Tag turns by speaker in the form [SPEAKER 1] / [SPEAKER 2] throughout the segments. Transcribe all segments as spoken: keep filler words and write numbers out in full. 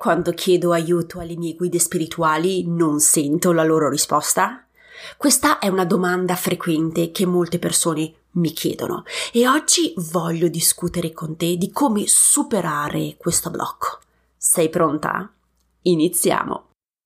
[SPEAKER 1] quando chiedo aiuto alle mie guide spirituali non sento la loro risposta? Questa è una domanda frequente che molte persone mi chiedono e oggi voglio discutere con te di come superare questo blocco. Sei pronta? Iniziamo!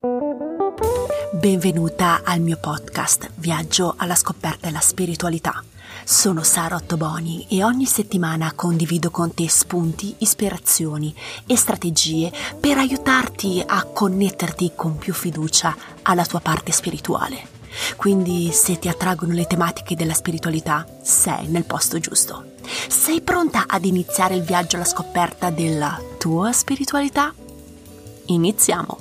[SPEAKER 1] Benvenuta al mio podcast Viaggio alla scoperta della spiritualità. Sono Sara Ottoboni e ogni settimana condivido con te spunti, ispirazioni e strategie per aiutarti a connetterti con più fiducia alla tua parte spirituale. Quindi se ti attraggono le tematiche della spiritualità, sei nel posto giusto. Sei pronta ad iniziare il viaggio alla scoperta della tua spiritualità? Iniziamo!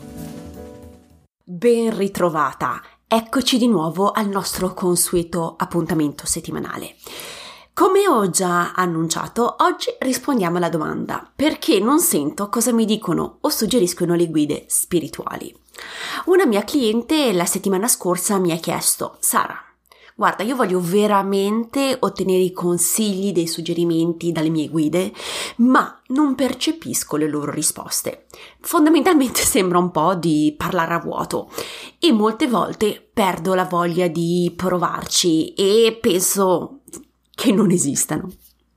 [SPEAKER 1] Ben ritrovata! Eccoci di nuovo al nostro consueto appuntamento settimanale. Come ho già annunciato, oggi rispondiamo alla domanda: perché non sento cosa mi dicono o suggeriscono le guide spirituali? Una mia cliente la settimana scorsa mi ha chiesto: Sara, guarda, io voglio veramente ottenere i consigli, dei suggerimenti dalle mie guide, ma non percepisco le loro risposte. Fondamentalmente sembra un po' di parlare a vuoto e molte volte perdo la voglia di provarci e penso che non esistano.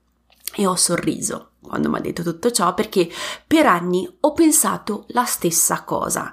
[SPEAKER 1] E ho sorriso quando mi ha detto tutto ciò, perché per anni ho pensato la stessa cosa.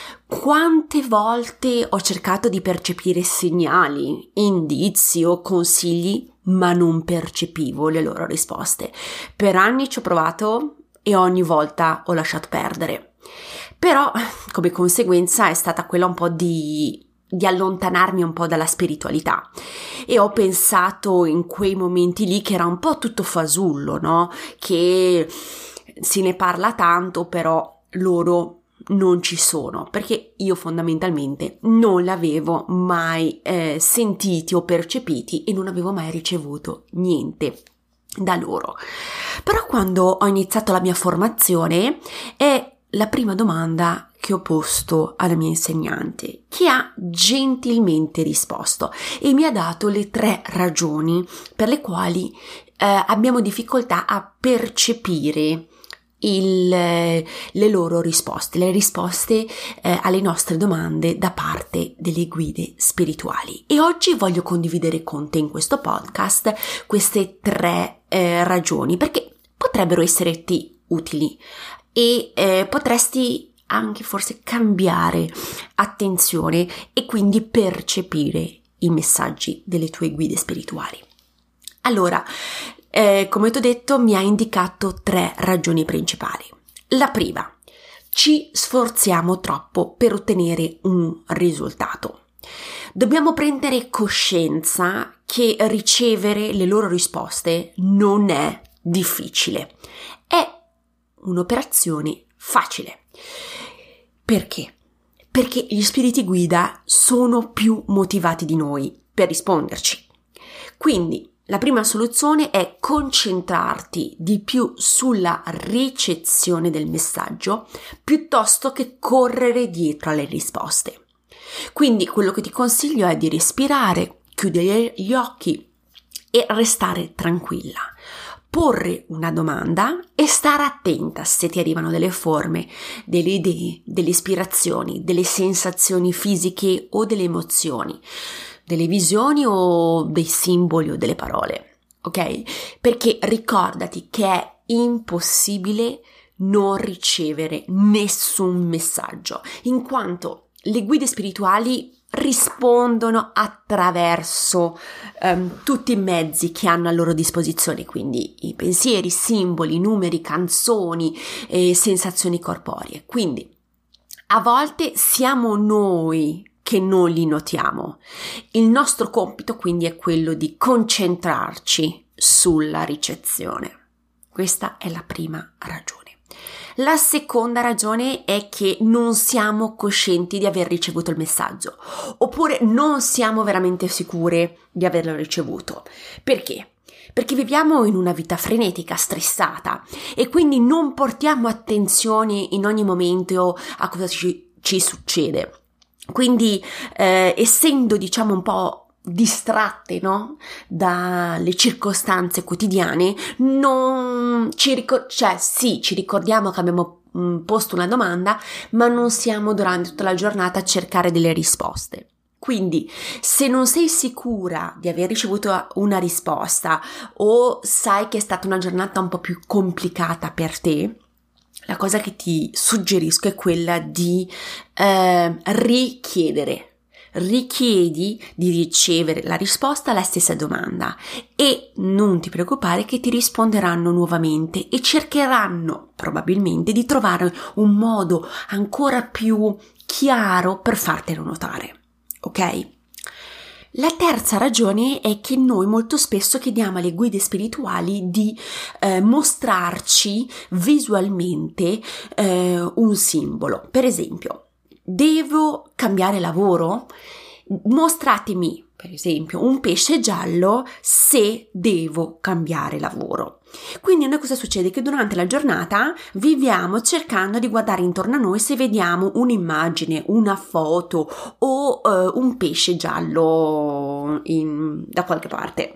[SPEAKER 1] Quante volte ho cercato di percepire segnali, indizi o consigli, ma non percepivo le loro risposte. Per anni ci ho provato e ogni volta ho lasciato perdere. Però, come conseguenza, è stata quella un po' di, di allontanarmi un po' dalla spiritualità. E ho pensato in quei momenti lì che era un po' tutto fasullo, no? Che se ne parla tanto, però loro non ci sono, perché io fondamentalmente non l'avevo mai eh, sentiti o percepiti e non avevo mai ricevuto niente da loro. Però quando ho iniziato la mia formazione è la prima domanda che ho posto alla mia insegnante, che ha gentilmente risposto e mi ha dato le tre ragioni per le quali eh, abbiamo difficoltà a percepire Il, le loro risposte, le risposte eh, alle nostre domande da parte delle guide spirituali. E oggi voglio condividere con te in questo podcast queste tre eh, ragioni, perché potrebbero esserti utili e eh, potresti anche forse cambiare attenzione e quindi percepire i messaggi delle tue guide spirituali. Allora, Eh, come ti ho detto, mi ha indicato tre ragioni principali. La prima: ci sforziamo troppo per ottenere un risultato. Dobbiamo prendere coscienza che ricevere le loro risposte non è difficile, è un'operazione facile. Perché? Perché gli spiriti guida sono più motivati di noi per risponderci. Quindi la prima soluzione è concentrarti di più sulla ricezione del messaggio piuttosto che correre dietro alle risposte. Quindi quello che ti consiglio è di respirare, chiudere gli occhi e restare tranquilla. Porre una domanda e stare attenta se ti arrivano delle forme, delle idee, delle ispirazioni, delle sensazioni fisiche o delle emozioni, delle visioni o dei simboli o delle parole, ok? Perché ricordati che è impossibile non ricevere nessun messaggio, in quanto le guide spirituali rispondono attraverso um, tutti i mezzi che hanno a loro disposizione, quindi i pensieri, simboli, numeri, canzoni e sensazioni corporee. Quindi a volte siamo noi che non li notiamo. Il nostro compito quindi è quello di concentrarci sulla ricezione. Questa è la prima ragione. La seconda ragione è che non siamo coscienti di aver ricevuto il messaggio, oppure non siamo veramente sicure di averlo ricevuto. Perché? Perché viviamo in una vita frenetica, stressata, e quindi non portiamo attenzione in ogni momento a cosa ci, ci succede. Quindi, eh, essendo diciamo un po' distratte, no? Dalle circostanze quotidiane, non ci ricor- cioè sì, ci ricordiamo che abbiamo mh, posto una domanda, ma non siamo durante tutta la giornata a cercare delle risposte. Quindi, se non sei sicura di aver ricevuto una risposta o sai che è stata una giornata un po' più complicata per te, la cosa che ti suggerisco è quella di eh, richiedere. Richiedi di ricevere la risposta alla stessa domanda e non ti preoccupare che ti risponderanno nuovamente e cercheranno probabilmente di trovare un modo ancora più chiaro per fartelo notare, ok? La terza ragione è che noi molto spesso chiediamo alle guide spirituali di eh, mostrarci visualmente eh, un simbolo. Per esempio, devo cambiare lavoro? Mostratemi, per esempio, un pesce giallo se devo cambiare lavoro. Quindi noi cosa succede? Che durante la giornata viviamo cercando di guardare intorno a noi se vediamo un'immagine, una foto o uh, un pesce giallo in, da qualche parte.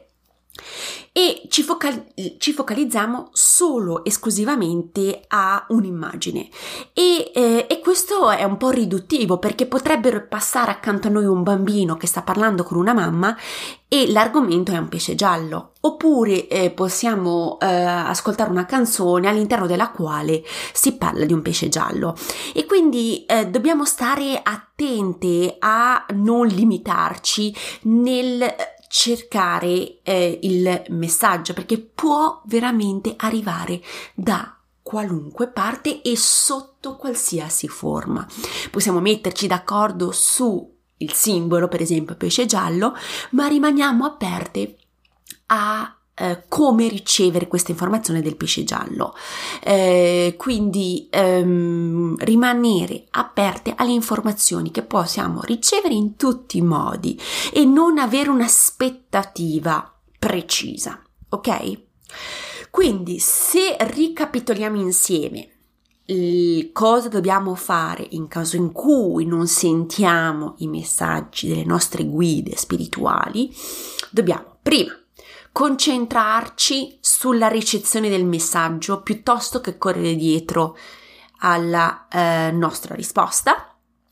[SPEAKER 1] E ci, focal- ci focalizziamo solo esclusivamente a un'immagine e, eh, e questo è un po' riduttivo perché potrebbero passare accanto a noi un bambino che sta parlando con una mamma e l'argomento è un pesce giallo, oppure eh, possiamo eh, ascoltare una canzone all'interno della quale si parla di un pesce giallo e quindi eh, dobbiamo stare attente a non limitarci nel cercare eh, il messaggio, perché può veramente arrivare da qualunque parte e sotto qualsiasi forma. Possiamo metterci d'accordo su il simbolo, per esempio pesce giallo, ma rimaniamo aperte a eh, come ricevere questa informazione del pesce giallo. Eh, quindi ehm, rimanere aperte alle informazioni che possiamo ricevere in tutti i modi e non avere un'aspettativa precisa, ok? Quindi se ricapitoliamo insieme cosa dobbiamo fare in caso in cui non sentiamo i messaggi delle nostre guide spirituali, dobbiamo prima concentrarci sulla ricezione del messaggio piuttosto che correre dietro alla eh, nostra risposta.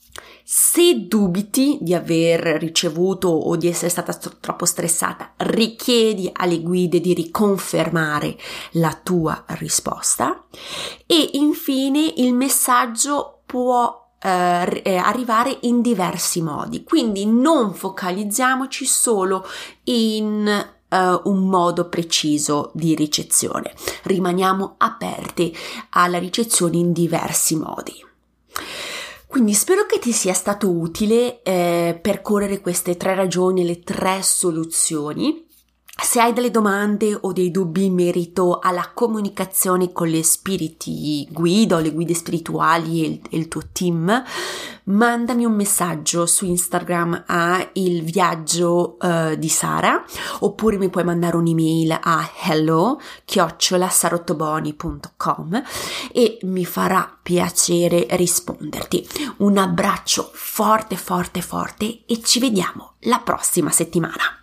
[SPEAKER 1] Se dubiti di aver ricevuto o di essere stata st- troppo stressata, richiedi alle guide di riconfermare la tua risposta e infine il messaggio può eh, arrivare in diversi modi, quindi non focalizziamoci solo in Uh, un modo preciso di ricezione, rimaniamo aperte alla ricezione in diversi modi. Quindi spero che ti sia stato utile eh, percorrere queste tre ragioni, le tre soluzioni. Se hai delle domande o dei dubbi in merito alla comunicazione con le spiriti guida o le guide spirituali e il, e il tuo team, mandami un messaggio su Instagram a il viaggio uh, di Sara, oppure mi puoi mandare un'email a hello chiocciola sarottoboni punto com e mi farà piacere risponderti. Un abbraccio forte forte forte e ci vediamo la prossima settimana.